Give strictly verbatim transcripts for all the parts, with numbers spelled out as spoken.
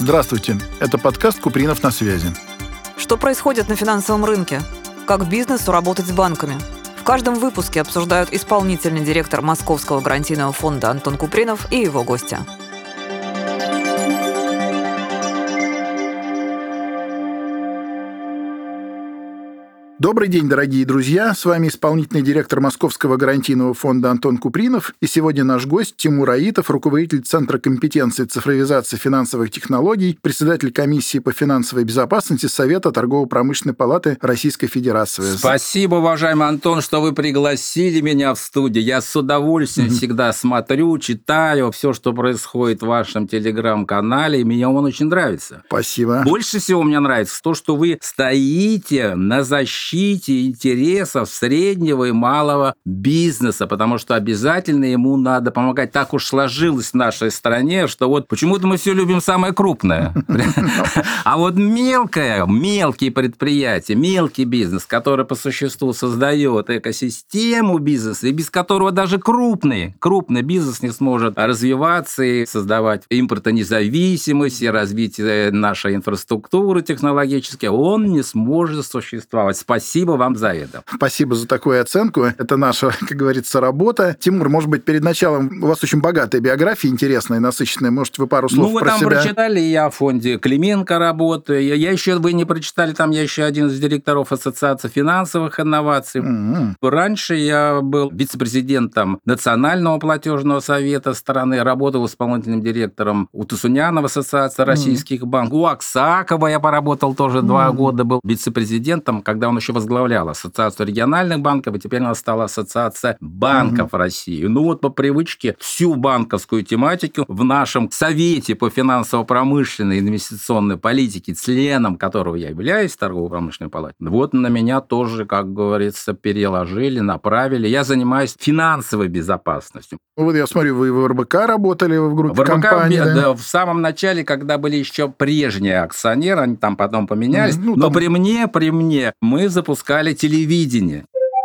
Здравствуйте, это подкаст «Купринов на связи». Что происходит на финансовом рынке? Как бизнесу работать с банками? В каждом выпуске обсуждают исполнительный директор Московского гарантийного фонда Антон Купринов и его гости. Добрый день, дорогие друзья! С вами исполнительный директор Московского гарантийного фонда Антон Купринов. И сегодня наш гость Тимур Аитов, руководитель Центра компетенции цифровизации финансовых технологий, председатель комиссии по финансовой безопасности Совета торгово-промышленной палаты Российской Федерации. Спасибо, уважаемый Антон, что вы пригласили меня в студию. Я с удовольствием mm-hmm. всегда смотрю, читаю все, что происходит в вашем телеграм-канале, и мне он очень нравится. Спасибо. Больше всего мне нравится то, что вы стоите на защите интересов среднего и малого бизнеса, потому что обязательно ему надо помогать. Так уж сложилось в нашей стране, что вот почему-то мы все любим самое крупное. А вот мелкое, мелкие предприятия, мелкий бизнес, который по существу создает экосистему бизнеса, и без которого даже крупный, крупный бизнес не сможет развиваться и создавать импортонезависимость и развитие нашей инфраструктуры технологической, он не сможет существовать. Спасибо вам за это. Спасибо за такую оценку. Это наша, как говорится, работа. Тимур, может быть, перед началом у вас очень богатая биография, интересная, насыщенная. Может, вы пару слов ну, про себя? Ну, вы там прочитали, я в фонде Клименко работаю. Я, я еще, вы не прочитали, там я еще один из директоров Ассоциации финансовых инноваций. Mm-hmm. Раньше я был вице-президентом Национального платежного совета страны, работал исполнительным директором у Тусунянова Ассоциации российских mm-hmm. банков. У Аксакова я поработал тоже mm-hmm. два года, был вице-президентом, когда он еще возглавлял Ассоциацию региональных банков, и теперь она стала Ассоциация банков mm-hmm. России. Ну вот по привычке всю банковскую тематику в нашем Совете по финансово-промышленной и инвестиционной политике, членом которого я являюсь, торгово-промышленной палате, вот на меня тоже, как говорится, переложили, направили. Я занимаюсь финансовой безопасностью. Вот я смотрю, вы в эр бэ ка работали, в группе в компаний. Да? Да, в самом начале, когда были еще прежние акционеры, они там потом поменялись, mm-hmm. ну, но там... при мне, при мне мы запускали телевидение.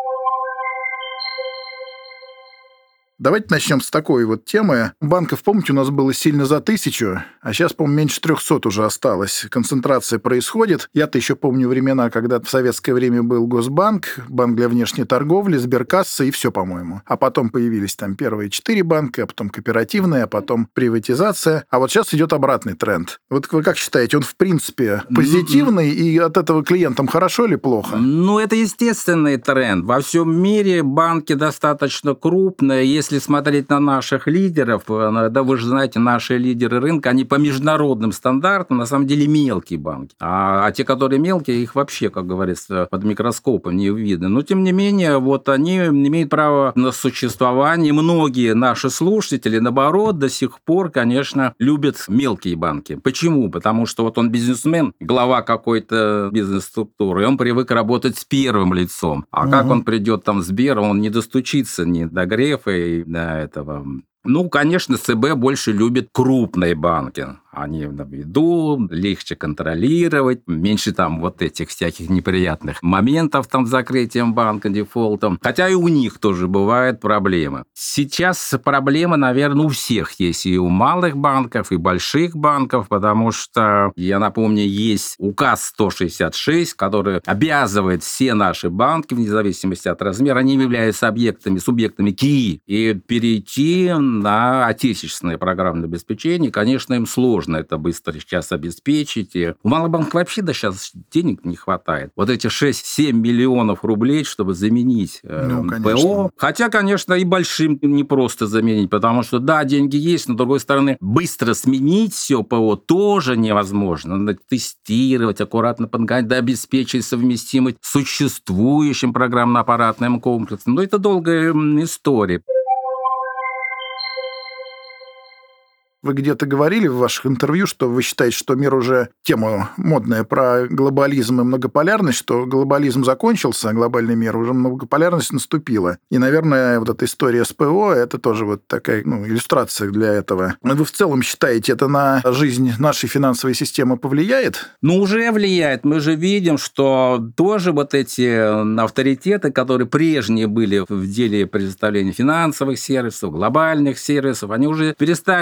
Давайте начнем с такой вот темы. Банков, помните, у нас было сильно за тысячу, а сейчас, по-моему, меньше трехсот уже осталось. Концентрация происходит. Я-то еще помню времена, когда в советское время был Госбанк, Банк для внешней торговли, Сберкасса и все, по-моему. А потом появились там первые четыре банка, а потом кооперативные, а потом приватизация. А вот сейчас идет обратный тренд. Вот вы как считаете, он в принципе позитивный, и от этого клиентам хорошо или плохо? Ну, это естественный тренд. Во всем мире банки достаточно крупные. Если смотреть на наших лидеров, да, вы же знаете, наши лидеры рынка, они по международным стандартам, на самом деле, мелкие банки. А, а те, которые мелкие, их вообще, как говорится, под микроскопом не видно. Но, тем не менее, вот они имеют право на существование. Многие наши слушатели, наоборот, до сих пор, конечно, любят мелкие банки. Почему? Потому что вот он бизнесмен, глава какой-то бизнес-структуры, и он привык работать с первым лицом. А угу. как он придет там в Сбер, он не достучится ни до Грефа и до этого. Ну, конечно, ЦБ больше любит крупные банки. Они на виду, легче контролировать, меньше там вот этих всяких неприятных моментов там с закрытием банка, дефолтом. Хотя и у них тоже бывают проблемы. Сейчас проблемы, наверное, у всех есть. И у малых банков, и больших банков, потому что, я напомню, есть указ сто шестьдесят шесть, который обязывает все наши банки, вне зависимости от размера, они являются объектами, субъектами КИИ, и перейти на отечественное программное обеспечение, конечно, им сложно это быстро сейчас обеспечить. И у малых банков вообще да сейчас денег не хватает. Вот эти шесть-семь миллионов рублей, чтобы заменить ну, ПО. Хотя, конечно, и большим не просто заменить, потому что, да, деньги есть, но, с другой стороны, быстро сменить все ПО тоже невозможно. Надо тестировать, аккуратно подгонять, да, обеспечить совместимость с существующим программно-аппаратным комплексом. Но это долгая история. Вы где-то говорили в ваших интервью, что вы считаете, что мир уже тема модная про глобализм и многополярность, что глобализм закончился, а глобальный мир уже многополярность наступила. И, наверное, вот эта история с ПО – это тоже вот такая ну, иллюстрация для этого. Вы в целом считаете, это на жизнь нашей финансовой системы повлияет? Ну, уже влияет. Мы же видим, что тоже вот эти авторитеты, которые прежние были в деле предоставления финансовых сервисов, глобальных сервисов, они уже перестали вот так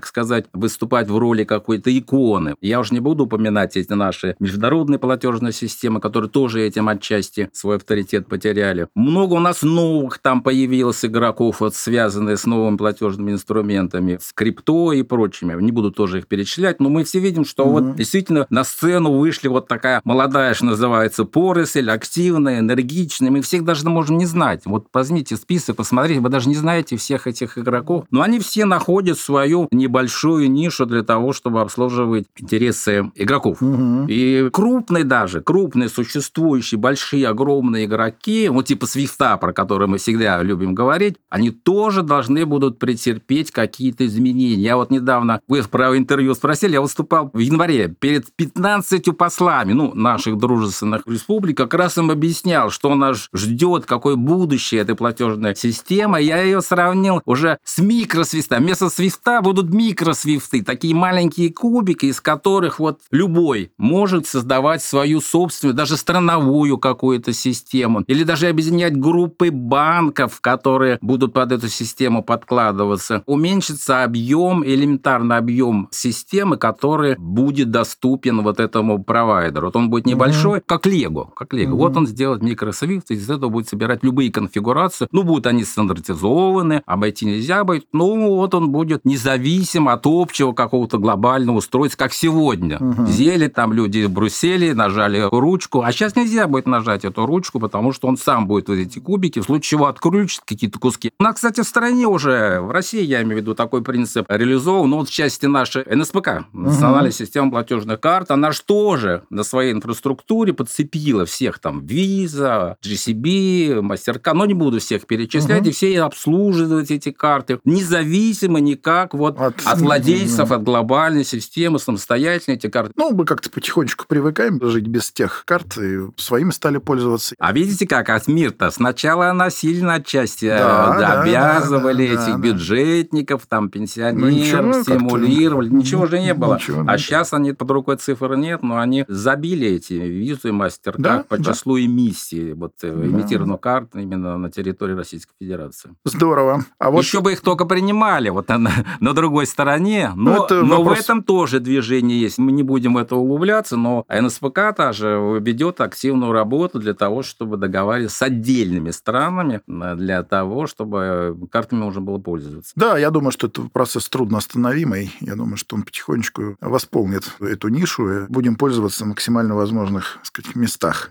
так сказать, выступать в роли какой-то иконы. Я уже не буду упоминать эти наши международные платежные системы, которые тоже этим отчасти свой авторитет потеряли. Много у нас новых там появилось игроков, вот, связанные с новыми платежными инструментами, с крипто и прочими. Не буду тоже их перечислять, но мы все видим, что mm-hmm. вот действительно на сцену вышли вот такая молодая, что называется, поросль, активная, энергичная. Мы всех даже можем не знать. Вот возьмите список, посмотрите, вы даже не знаете всех этих игроков. Но они все находят свою небольшую нишу для того, чтобы обслуживать интересы игроков. Mm-hmm. И крупные даже, крупные существующие, большие, огромные игроки, вот типа Свифта, про который мы всегда любим говорить, они тоже должны будут претерпеть какие-то изменения. Я вот недавно, вы про интервью спросили, я выступал в январе перед пятнадцатью послами, ну, наших дружественных республик, как раз им объяснял, что нас ждет, какое будущее этой платежной системы. Я ее сравнил уже с микросвифтом. Вместо свифта будут микросвифты, такие маленькие кубики, из которых вот любой может создавать свою собственную, даже страновую какую-то систему, или даже объединять группы банков, которые будут под эту систему подкладываться. Уменьшится объем, элементарный объем системы, который будет доступен вот этому провайдеру. Вот он будет небольшой, mm-hmm. как Лего. Как Лего. Mm-hmm. Вот он сделает микросвифт, из этого будет собирать любые конфигурации. Ну, будут они стандартизованы, обойти нельзя будет. Ну, вот он будет независим от общего какого-то глобального устройства, как сегодня. Mm-hmm. Взяли там люди в Брюсселе, нажали ручку, а сейчас нельзя будет нажать эту ручку, потому что он сам будет вот эти кубики, в случае чего отключит какие-то куски. У нас, кстати, в стране уже, в России, я имею в виду, такой принцип реализован. Ну, вот в части нашей эн эс пэ ка, национальная uh-huh. система платежных карт, она же тоже на своей инфраструктуре подцепила всех там Visa, джи си би, MasterCard, но не буду всех перечислять, uh-huh. и все обслуживают эти карты, независимо никак вот от, от владельцев, uh-huh. от глобальной системы, самостоятельно эти карты. Ну, мы как-то потихонечку привыкаем жить без тех карт, и своими стали пользоваться. А видите, как от мир-то? Сначала она сильно отчасти да, да, обязывали да, да, этих да, бюджетников, там, пенсионеров, ну, ничего, стимулировали. Ничего же не было. Ничего, а сейчас они под рукой цифр нет, но они забили эти визу и MasterCard да, по да. числу эмиссий, вот, да. эмитированных карт именно на территории Российской Федерации. Здорово. А вот... Еще бы их только принимали вот на, на другой стороне, но, ну, но вопрос... в этом тоже движение есть. Мы не будем в это углубляться, но эн эс пэ ка тоже ведет активную работу для того, чтобы договариваться с отдельными странами для того, чтобы картами можно было пользоваться. Да, я думаю, что это процесс трудноостановимый. Я думаю, что он потихонечку восполнит эту нишу, и будем пользоваться в максимально возможных, так сказать, местах.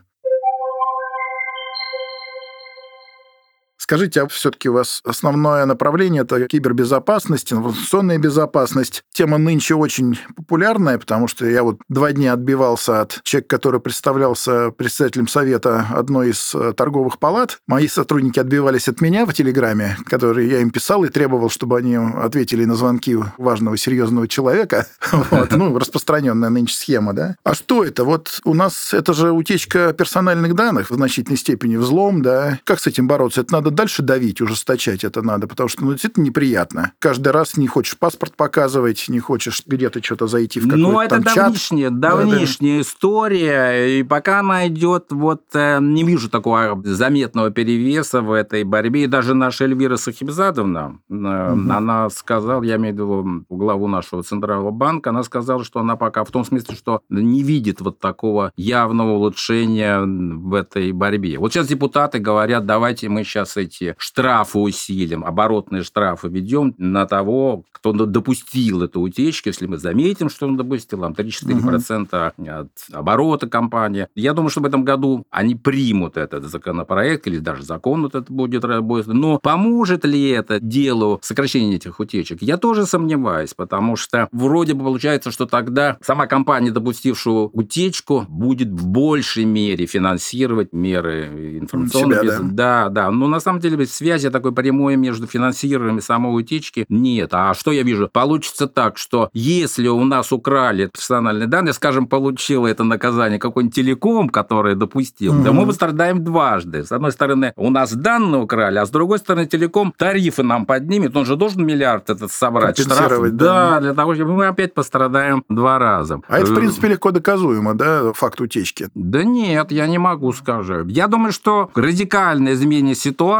Скажите, а все-таки у вас основное направление – это кибербезопасность, информационная безопасность. Тема нынче очень популярная, потому что я вот два дня отбивался от человека, который представлялся председателем совета одной из торговых палат. Мои сотрудники отбивались от меня в Телеграме, который я им писал и требовал, чтобы они ответили на звонки важного, серьезного человека. Вот. Ну, распространенная нынче схема, да? А что это? Вот у нас это же утечка персональных данных в значительной степени, взлом, да? Как с этим бороться? Это надо дальше давить, ужесточать это надо, потому что, ну, действительно неприятно. Каждый раз не хочешь паспорт показывать, не хочешь где-то что-то зайти в какой-то ну, это там чат. давнишняя, давнишняя да, история, и пока она идет, вот, не вижу такого заметного перевеса в этой борьбе, и даже наша Эльвира Сахибзадовна, угу. она сказала, я имею в виду главу нашего Центрального банка, она сказала, что она пока, в том смысле, что не видит вот такого явного улучшения в этой борьбе. Вот сейчас депутаты говорят, давайте мы сейчас эти штрафы усилим, оборотные штрафы ведем на того, кто допустил эту утечку, если мы заметим, что он допустил, там три-четыре процента угу. от оборота компании. Я думаю, что в этом году они примут этот законопроект, или даже закон вот это будет работать. Но поможет ли это делу сокращения этих утечек? Я тоже сомневаюсь, потому что вроде бы получается, что тогда сама компания, допустившая утечку, будет в большей мере финансировать меры информационные. Себя, да, да, да. Но на самом деле связи такой прямой между финансированием и самой утечки нет. А что я вижу? Получится так, что если у нас украли персональные данные, скажем, получил это наказание какой-нибудь телеком, который допустил, mm-hmm. да мы пострадаем дважды. С одной стороны, у нас данные украли, а с другой стороны, телеком тарифы нам поднимет, он же должен миллиард этот собрать. Штраф. Да, да, для того, чтобы мы опять пострадаем два раза. А это, в принципе, легко доказуемо, да, факт утечки? Да нет, я не могу сказать. Я думаю, что радикальное изменение ситуации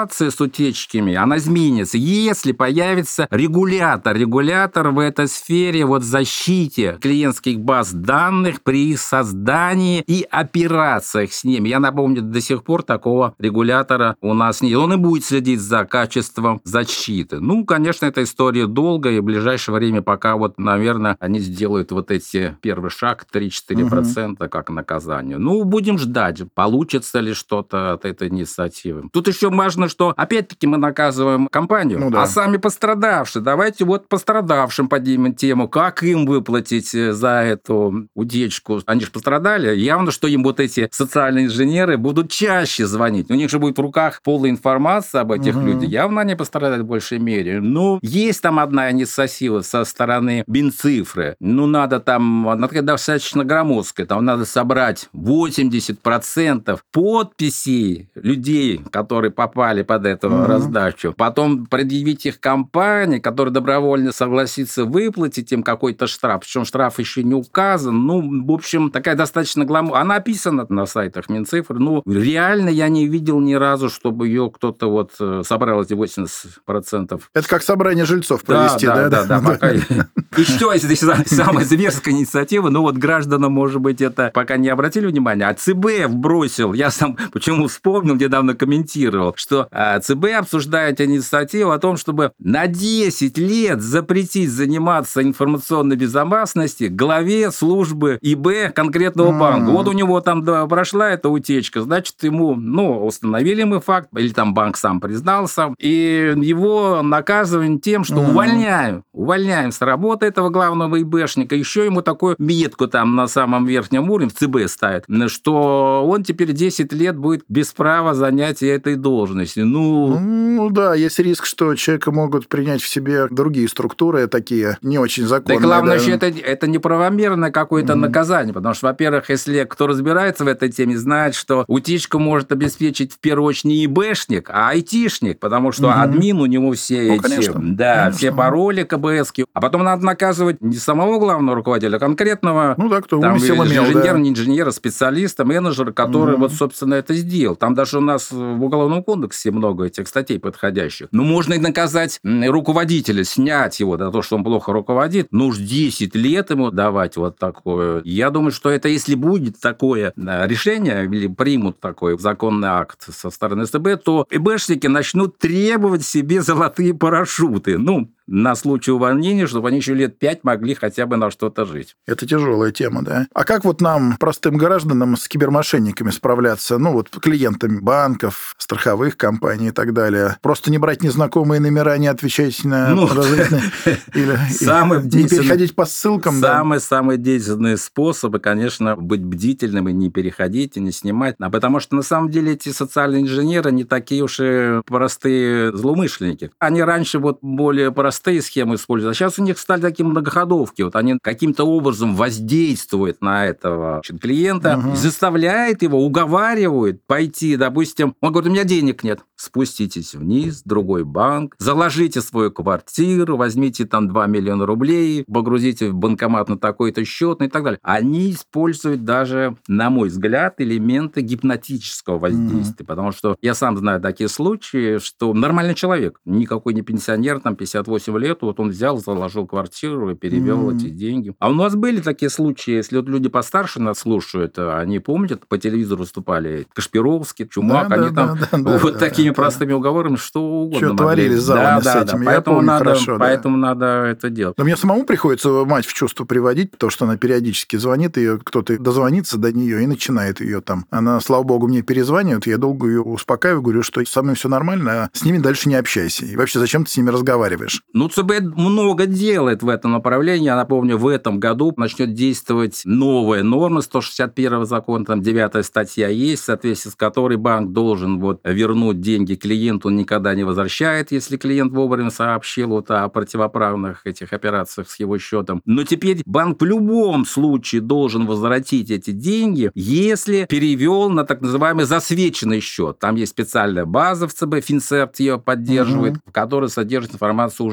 ситуация с утечками, она изменится, если появится регулятор. Регулятор в этой сфере вот защите клиентских баз данных при создании и операциях с ними. Я напомню, до сих пор такого регулятора у нас нет. Он и будет следить за качеством защиты. Ну, конечно, эта история долгая, и в ближайшее время пока вот, наверное, они сделают вот эти первый шаг три-четыре процента угу. как наказание. Ну, будем ждать, получится ли что-то от этой инициативы. Тут еще важно, что опять-таки мы наказываем компанию, ну, да. а сами пострадавшие. Давайте вот пострадавшим поднимем тему, как им выплатить за эту утечку. Они же пострадали. Явно, что им вот эти социальные инженеры будут чаще звонить. У них же будет в руках полная информация об этих угу. людях. Явно они пострадают в большей мере. Ну, есть там одна инициатива со стороны Минцифры. Ну, надо там, она такая достаточно громоздкая, там надо собрать восемьдесят процентов подписей людей, которые попали под эту mm-hmm. раздачу. Потом предъявить их компании, которая добровольно согласится выплатить им какой-то штраф. Причем штраф еще не указан. Ну, в общем, такая достаточно гламурная. Она описана на сайтах Минцифры. Ну, реально я не видел ни разу, чтобы ее кто-то вот собрал эти восемьдесят процентов. Это как собрание жильцов провести, да? Да, да, да. И что, если самая зверская инициатива, ну вот гражданам, может быть, это пока не обратили внимания, а ЦБ вбросил, я сам почему вспомнил, недавно комментировал, что ЦБ обсуждает инициативу о том, чтобы на десять лет запретить заниматься информационной безопасностью главе службы ИБ конкретного mm-hmm. банка. Вот у него там да, прошла эта утечка, значит, ему, ну, установили мы факт, или там банк сам признался, и его наказываем тем, что mm-hmm. увольняем, увольняем с работы этого главного ИБшника, еще ему такую метку там на самом верхнем уровне в ЦБ ставит, что он теперь десять лет будет без права занятия этой должности. Ну... ну да, есть риск, что человека могут принять в себе другие структуры, такие не очень законные. Да, главное, да. что это, это неправомерное какое-то mm-hmm. наказание, потому что, во-первых, если кто разбирается в этой теме, знает, что утечку может обеспечить в первую очередь не ИБшник, а айтишник, потому что mm-hmm. админ у него все ну, эти, конечно, да, конечно. все пароли КБСки, а потом надо наказывать не самого главного руководителя, а конкретного ну, да, кто там, умысел имел, инженера, да. не инженера, специалиста, менеджера, который mm-hmm. вот, собственно, это сделал. Там даже у нас в Уголовном кодексе много этих статей подходящих. Ну, можно и наказать руководителя, снять его за то, что он плохо руководит. Ну, уж десять лет ему давать вот такое. Я думаю, что это, если будет такое решение, или примут такой законный акт со стороны СТБ, то ИБшники начнут требовать себе золотые парашюты. Ну, на случай увольнения, чтобы они еще лет пять могли хотя бы на что-то жить. Это тяжелая тема, да. А как вот нам, простым гражданам, с кибермошенниками справляться? Ну, вот клиентами банков, страховых компаний и так далее. Просто не брать незнакомые номера, не отвечать на ну, подозрительные... Или не переходить по ссылкам. Самый-самый действенный способ, конечно, быть бдительным и не переходить, и не снимать. А потому что, на самом деле, эти социальные инженеры не такие уж и простые злоумышленники. Они раньше вот более простые простые схемы используют. А сейчас у них стали такие многоходовки. Вот они каким-то образом воздействуют на этого клиента, угу. заставляют его, уговаривают пойти, допустим, он говорит, у меня денег нет. Спуститесь вниз, другой банк, заложите свою квартиру, возьмите там два миллиона рублей, погрузите в банкомат на такой-то счет и так далее. Они используют даже, на мой взгляд, элементы гипнотического воздействия, mm-hmm. потому что я сам знаю такие случаи, что нормальный человек, никакой не пенсионер, там пятьдесят восемь лет, вот он взял, заложил квартиру и перевел mm-hmm. эти деньги. А у нас были такие случаи, если вот люди постарше нас слушают, они помнят, по телевизору выступали Кашпировский, Чумак, да, они да, там да, да, вот да, такими да, простыми да. уговорами что угодно. Что творили с залами да, с этим, да, я помню надо, хорошо. Поэтому да. надо это делать. Но мне самому приходится мать в чувство приводить, потому что она периодически звонит, и кто-то дозвонится до нее и начинает ее там. Она, слава богу, мне перезванивает, я долго ее успокаиваю, говорю, что со мной все нормально, а с ними дальше не общайся. И вообще, зачем ты с ними разговариваешь? Ну, ЦБ много делает в этом направлении. Я напомню, в этом году начнет действовать новая норма сто шестьдесят первого закона, там девятая статья есть, в соответствии с которой банк должен вот вернуть деньги клиенту, он никогда не возвращает, если клиент вовремя сообщил вот о противоправных этих операциях с его счетом. Но теперь банк в любом случае должен возвратить эти деньги, если перевел на так называемый засвеченный счет. Там есть специальная база в ЦБ, Финцерт ее поддерживает, угу. в которой содержит информацию уже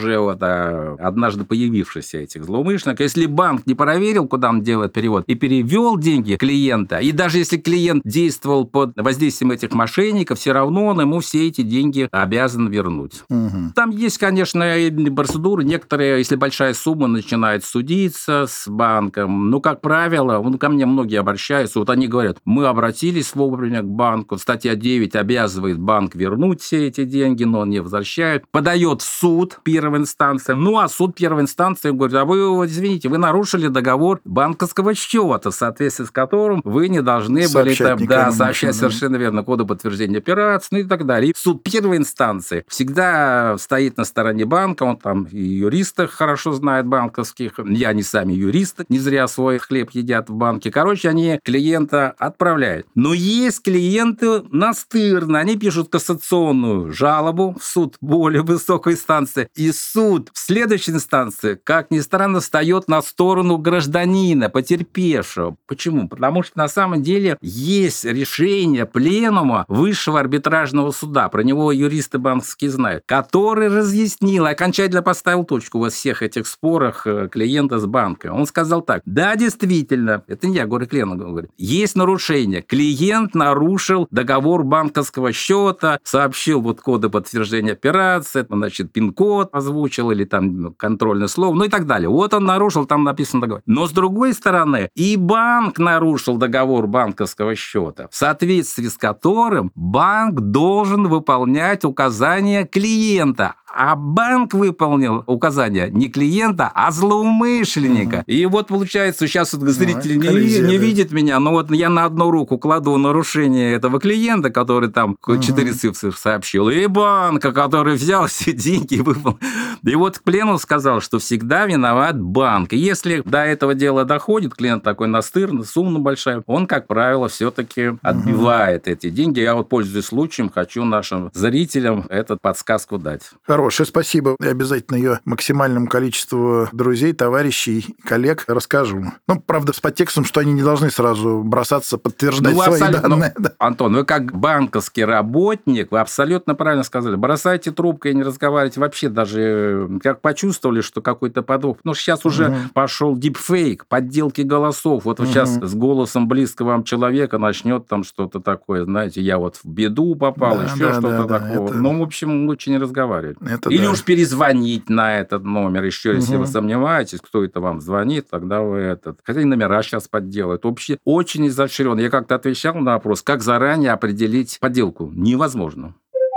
уже вот а, однажды появившихся этих злоумышленников. Если банк не проверил, куда он делает перевод, и перевел деньги клиента, и даже если клиент действовал под воздействием этих мошенников, все равно он ему все эти деньги обязан вернуть. Угу. Там есть, конечно, и процедуры. Некоторые, если большая сумма, начинают судиться с банком. Ну, как правило, он, ко мне многие обращаются, вот они говорят, мы обратились вовремя к банку, статья девять обязывает банк вернуть все эти деньги, но он не возвращает. Подает в суд первой инстанции. Ну, а суд первой инстанции говорит, а вы, извините, вы нарушили договор банковского счета, в соответствии с которым вы не должны сообщать были там, да, сообщать да. совершенно верно коды подтверждения операций, ну и так далее. И суд первой инстанции всегда стоит на стороне банка, он там и юристов хорошо знает банковских, я не сами юристы, не зря свой хлеб едят в банке. Короче, они клиента отправляют. Но есть клиенты настырные, они пишут кассационную жалобу в суд более высокой инстанции, и суд в следующей инстанции, как ни странно, встает на сторону гражданина, потерпевшего. Почему? Потому что на самом деле есть решение пленума высшего арбитражного суда, про него юристы банковские знают, который разъяснил, окончательно поставил точку во всех этих спорах клиента с банком. Он сказал так, да, действительно, это не я говорю, клиент говорит, есть нарушение. Клиент нарушил договор банковского счета, сообщил вот коды подтверждения операции, значит, пин-код озвучил или там контрольное слово, ну и так далее. Вот он нарушил, там написан договор. Но с другой стороны, и банк нарушил договор банковского счета, в соответствии с которым банк должен выполнять указания клиента. А банк выполнил указания не клиента, а злоумышленника. Угу. И вот получается, сейчас вот зрители ну, не, не видят меня, но вот я на одну руку кладу нарушение этого клиента, который там четыре угу. цифры сообщил, и банка, который взял все деньги и выполнил. И вот пленум сказал, что всегда виноват банк. И если до этого дела доходит, клиент такой настырный, сумма большая, он, как правило, все-таки отбивает угу. эти деньги. Я вот, пользуясь случаем, хочу нашим зрителям эту подсказку дать. Хорошее, спасибо. Я обязательно ее максимальному количеству друзей, товарищей, коллег расскажу. Ну, правда, с подтекстом, что они не должны сразу бросаться подтверждать ну, свои данные. Ну, Антон, вы как банковский работник, вы абсолютно правильно сказали. Бросайте трубку и не разговаривайте вообще даже, как почувствовали, что какой-то подвох. Потому что сейчас уже угу. пошел дипфейк, подделки голосов. Вот угу. сейчас с голосом близкого вам человека начнет там что-то такое, знаете, я вот в беду попал, да, еще да, что-то да, такое. Да, это... Ну, в общем, лучше не разговаривать. Это Или да. уж перезвонить на этот номер еще, если угу. вы сомневаетесь, кто это вам звонит, тогда вы этот... Хотя и номера сейчас подделают. Вообще очень изощренно. Я как-то отвечал на вопрос, как заранее определить подделку. Невозможно.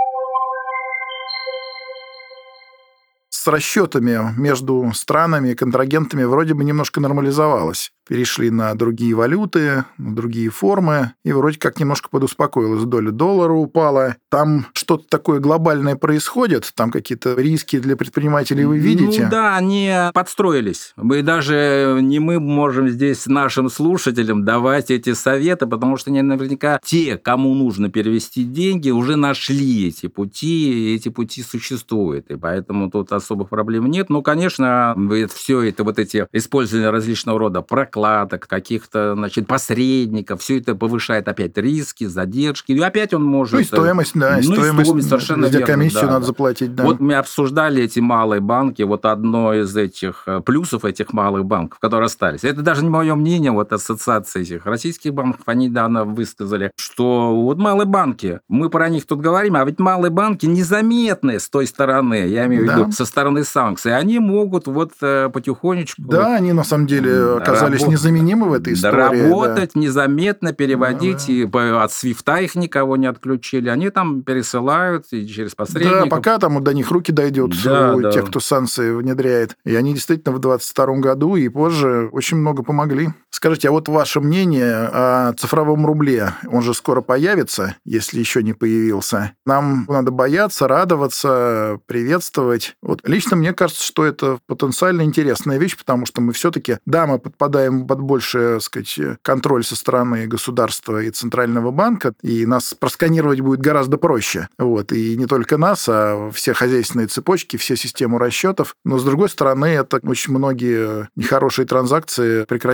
С расчетами между странами и контрагентами вроде бы немножко нормализовалось. Перешли на другие валюты, на другие формы, и вроде как немножко подуспокоилась. Доля доллара упала. Там что-то такое глобальное происходит? Там какие-то риски для предпринимателей вы видите? Ну да, они подстроились. Мы даже не мы можем здесь нашим слушателям давать эти советы, потому что они наверняка те, кому нужно перевести деньги, уже нашли эти пути, и эти пути существуют. И поэтому тут особых проблем нет. Ну, конечно, все это, вот эти использование различного рода прокладок, каких-то, значит, посредников, все это повышает опять риски, задержки. И опять он может... Ну, и стоимость, да, и ну, стоимость, стоимость совершенно за верно, комиссию да, надо да. заплатить, да. Вот мы обсуждали эти малые банки, вот одно из этих плюсов этих малых банков, которые остались. Это даже не мое мнение, вот ассоциация этих российских банков, они недавно высказали, что вот малые банки, мы про них тут говорим, а ведь малые банки незаметны с той стороны, я имею в виду, да. со стороны санкций, они могут вот потихонечку... Да, они на самом деле оказались работать, незаменимы в этой истории. Работать, да. незаметно переводить, да, да. и от свифта их никого не отключили, они там пересылают и через посредников. Да, пока там до них руки дойдет да, у да. тех, кто санкции внедряет. И они действительно в двадцать втором году и позже очень много помогли. Скажите, а вот ваше мнение о цифровом рубле? Он же скоро появится, если еще не появился. Нам надо бояться, радоваться, приветствовать. Вот лично мне кажется, что это потенциально интересная вещь, потому что мы все-таки, да, мы подпадаем под больше, так сказать, контроль со стороны государства и Центрального банка, и нас просканировать будет гораздо проще. Вот. И не только нас, а все хозяйственные цепочки, все систему расчетов. Но, с другой стороны, это очень многие нехорошие транзакции прекратит.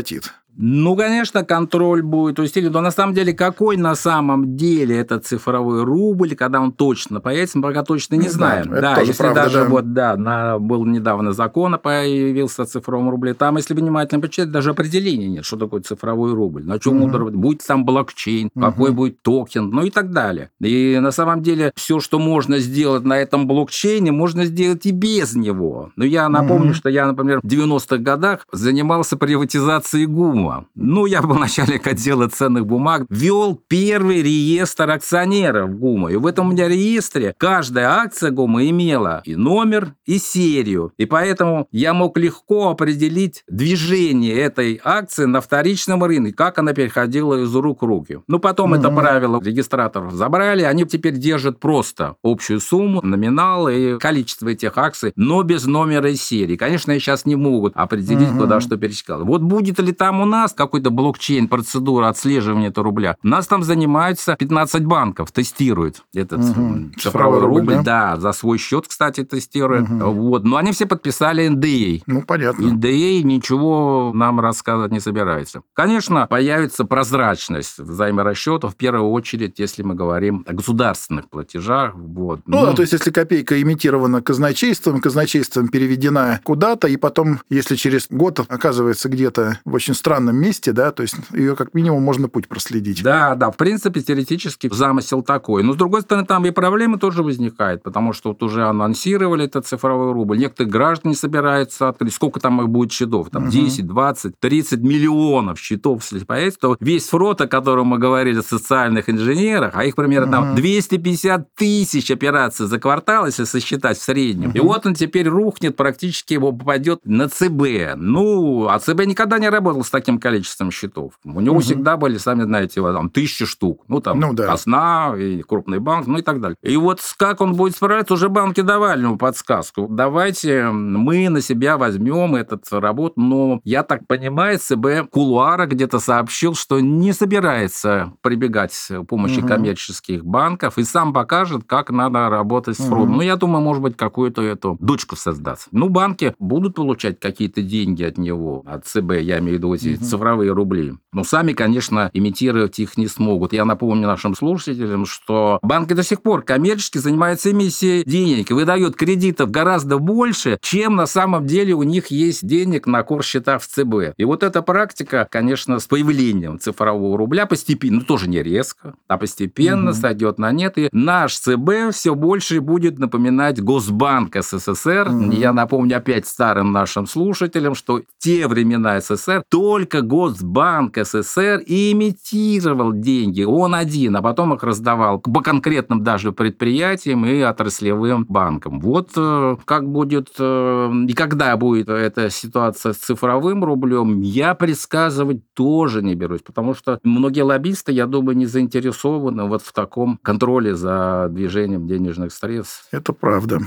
Ну, конечно, контроль будет усилен, но на самом деле, какой на самом деле этот цифровой рубль, когда он точно появится, мы пока точно не Ну, знаем. да, это Да, тоже если правда, даже да. вот, да, на, был недавно закон, появился о цифровом рубле, там, если внимательно почитать, даже определения нет, что такое цифровой рубль, на чем Мгм. угу. будет там блокчейн, Мгм. какой будет токен, ну и так далее. И на самом деле все, что можно сделать на этом блокчейне, можно сделать и без него. Но я напомню, Мгм. что я, например, в девяностых годах занимался приватизацией ГУМа. Ну, я был начальник отдела ценных бумаг, вел первый реестр акционеров ГУМа. И в этом у меня реестре каждая акция ГУМа имела и номер, и серию. И поэтому я мог легко определить движение этой акции на вторичном рынке, как она переходила из рук в руки. Ну, потом Мгм. это правило регистраторов забрали, они теперь держат просто общую сумму, номинал и количество этих акций, но без номера и серии. Конечно, они сейчас не могут определить, Мгм. куда что пересекало. Вот будет ли там у нас какой-то блокчейн, процедура отслеживания этого рубля? У нас там занимаются пятнадцать банков, тестируют этот Мгм. цифровой, Цифровой рубль, рубль. да? Да, за свой счет, кстати, тестируют. Мгм. Вот. Но они все подписали эн дэ эй. Ну, понятно. эн дэ эй ничего нам рассказывать не собирается. Конечно, появится прозрачность взаиморасчетов, в первую очередь, если мы говорим о государственных платежах. Вот. Ну, да, то есть, если копейка имитирована казначейством, казначейством переведена куда-то, и потом, если через год оказывается где-то в очень странном месте, да, то есть ее как минимум можно путь проследить. Да, да, в принципе, теоретически замысел такой. Но, с другой стороны, там и проблемы тоже возникают, потому что вот уже анонсировали этот цифровой рубль. Некоторые граждане собираются открыть. Сколько там их будет счетов? Там Мгм. десять, двадцать, тридцать миллионов счетов, если появится, то весь фрот, о котором мы говорили, о социальных инженерах, а их примерно там Мгм. двести пятьдесят тысяч операций за квартал, если сосчитать в среднем. И Мгм. вот он теперь рухнет, практически его попадет на ЦБ. Ну, а ЦБ никогда не работал с таким количеством счетов. У него Мгм. всегда были, сами знаете, вот там тысячи штук. Ну, там, Ну, да. казна, и крупный банк, ну и так далее. И вот как он будет справляться, уже банки давали ему подсказку. Давайте мы на себя возьмем эту работу. Но я так понимаю, ЦБ кулуара где-то сообщил, что не собирается прибегать к помощи Мгм. коммерческих банков и сам покажет, как надо работать с фродом. Мгм. Ну, я думаю, может быть, какую-то эту дочку создаст. Ну, банки будут получать какие-то деньги от него, от ЦБ, я имею в виду эти Мгм. цифровые рубли. Но сами, конечно, имитировать их не смогут. Я напомню нашим слушателям, что банки до сих пор коммерчески занимаются эмиссией денег и выдают кредитов гораздо больше, чем на самом деле у них есть денег на корсчетах в ЦБ. И вот эта практика, конечно, с появлением цифрового рубля постепенно, ну тоже не резко, а постепенно Мгм. сойдет на нет. И наш ЦБ все больше будет напоминать Госбанк СССР. Мгм. Я напомню опять старым нашим слушателям, что в те времена СССР только Госбанк СССР и имитировал деньги. Он один, а потом их раздавал по конкретным даже предприятиям и отраслевым банкам. Вот э, как будет э, и когда будет эта ситуация с цифровым рублем, я предсказывать тоже не берусь, потому что многие лоббисты, я думаю, не заинтересованы вот в таком контроле за движением денежных средств. Это правда.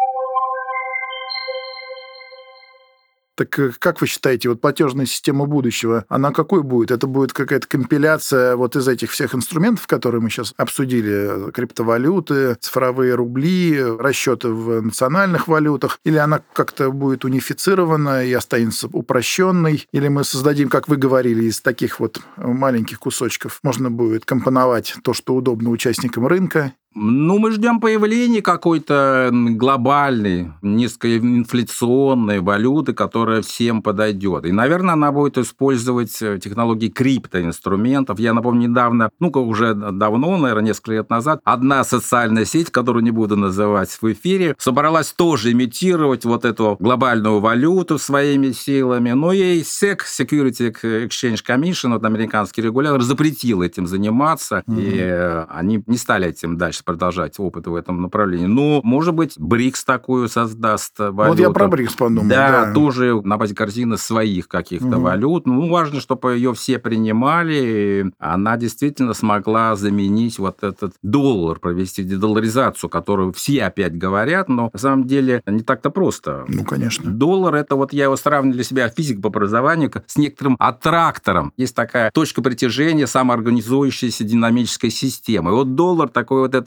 Так э, как вы считаете, вот платежная система будущего, она какой будет? Это будет какая-то компиляция вот из этих всех инструментов, которые мы сейчас обсудили, криптовалюты, цифровые рубли, расчеты в национальных валютах, или она как-то будет унифицирована и останется упрощенной, или мы создадим, как вы говорили, из таких вот маленьких кусочков можно будет компоновать то, что удобно участникам рынка? Ну, мы ждем появления какой-то глобальной, низкоинфляционной валюты, которая всем подойдет. И, наверное, она будет использовать технологии криптоинструментов. Я напомню, недавно, ну, как уже давно, наверное, несколько лет назад, одна социальная сеть, которую не буду называть в эфире, собралась тоже имитировать вот эту глобальную валюту своими силами. Но ей сек, Security Exchange Commission, вот американский регулятор, запретил этим заниматься, mm-hmm. и они не стали этим дальше продолжать опыт в этом направлении. Но, может быть, БРИКС такую создаст валюту. Вот я про БРИКС подумал. Да, да. тоже на базе корзины своих каких-то угу. валют. Ну, важно, чтобы ее все принимали. И она действительно смогла заменить вот этот доллар, провести дедолларизацию, которую все опять говорят, но на самом деле не так-то просто. Ну, конечно. Доллар, это вот я его сравниваю для себя, физик по образованию, с некоторым аттрактором. Есть такая точка притяжения самоорганизующейся динамической системы. И вот доллар такой вот этот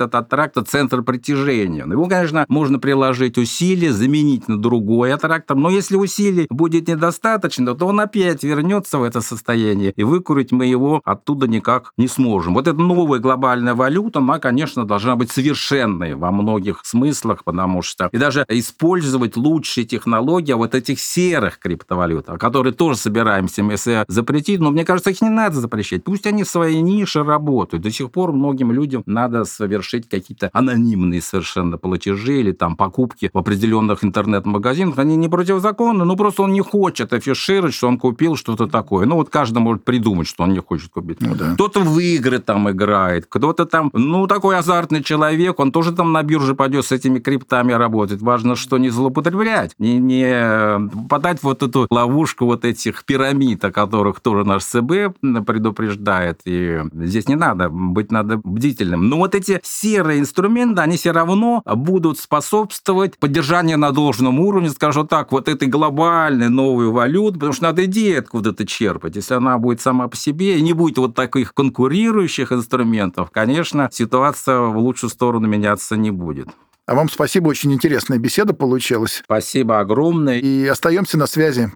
этот трактор центр притяжения. Его, конечно, можно приложить усилия, заменить на другой трактор, но если усилий будет недостаточно, то он опять вернется в это состояние, и выкурить мы его оттуда никак не сможем. Вот эта новая глобальная валюта, она, конечно, должна быть совершенной во многих смыслах, потому что и даже использовать лучшие технологии вот этих серых криптовалют, которые тоже собираемся мы запретить, но мне кажется, их не надо запрещать. Пусть они в своей нише работают. До сих пор многим людям надо совершить какие-то анонимные совершенно платежи или там покупки в определенных интернет-магазинах. Они не противозаконны, но просто он не хочет афишировать, что он купил что-то такое. Ну, вот каждый может придумать, что он не хочет купить. Ну, да. Кто-то в игры там играет, кто-то там, ну, такой азартный человек, он тоже там на бирже пойдет с этими криптами работать. Важно, что не злоупотреблять, не, не попадать в вот эту ловушку вот этих пирамид, о которых тоже наш ЦБ предупреждает. И здесь не надо, быть надо бдительным. Но вот эти серые инструменты, они все равно будут способствовать поддержанию на должном уровне, скажу так, вот этой глобальной новой валюты, потому что надо идею откуда-то черпать. Если она будет сама по себе и не будет вот таких конкурирующих инструментов, конечно, ситуация в лучшую сторону меняться не будет. А вам спасибо, очень интересная беседа получилась. Спасибо огромное. И остаемся на связи.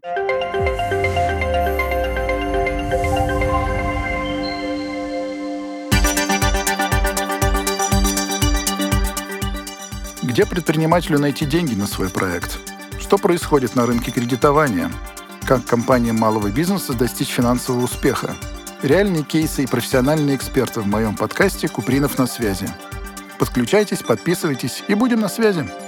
Где предпринимателю найти деньги на свой проект? Что происходит на рынке кредитования? Как компаниям малого бизнеса достичь финансового успеха? Реальные кейсы и профессиональные эксперты в моем подкасте «Купринов на связи». Подключайтесь, подписывайтесь и будем на связи.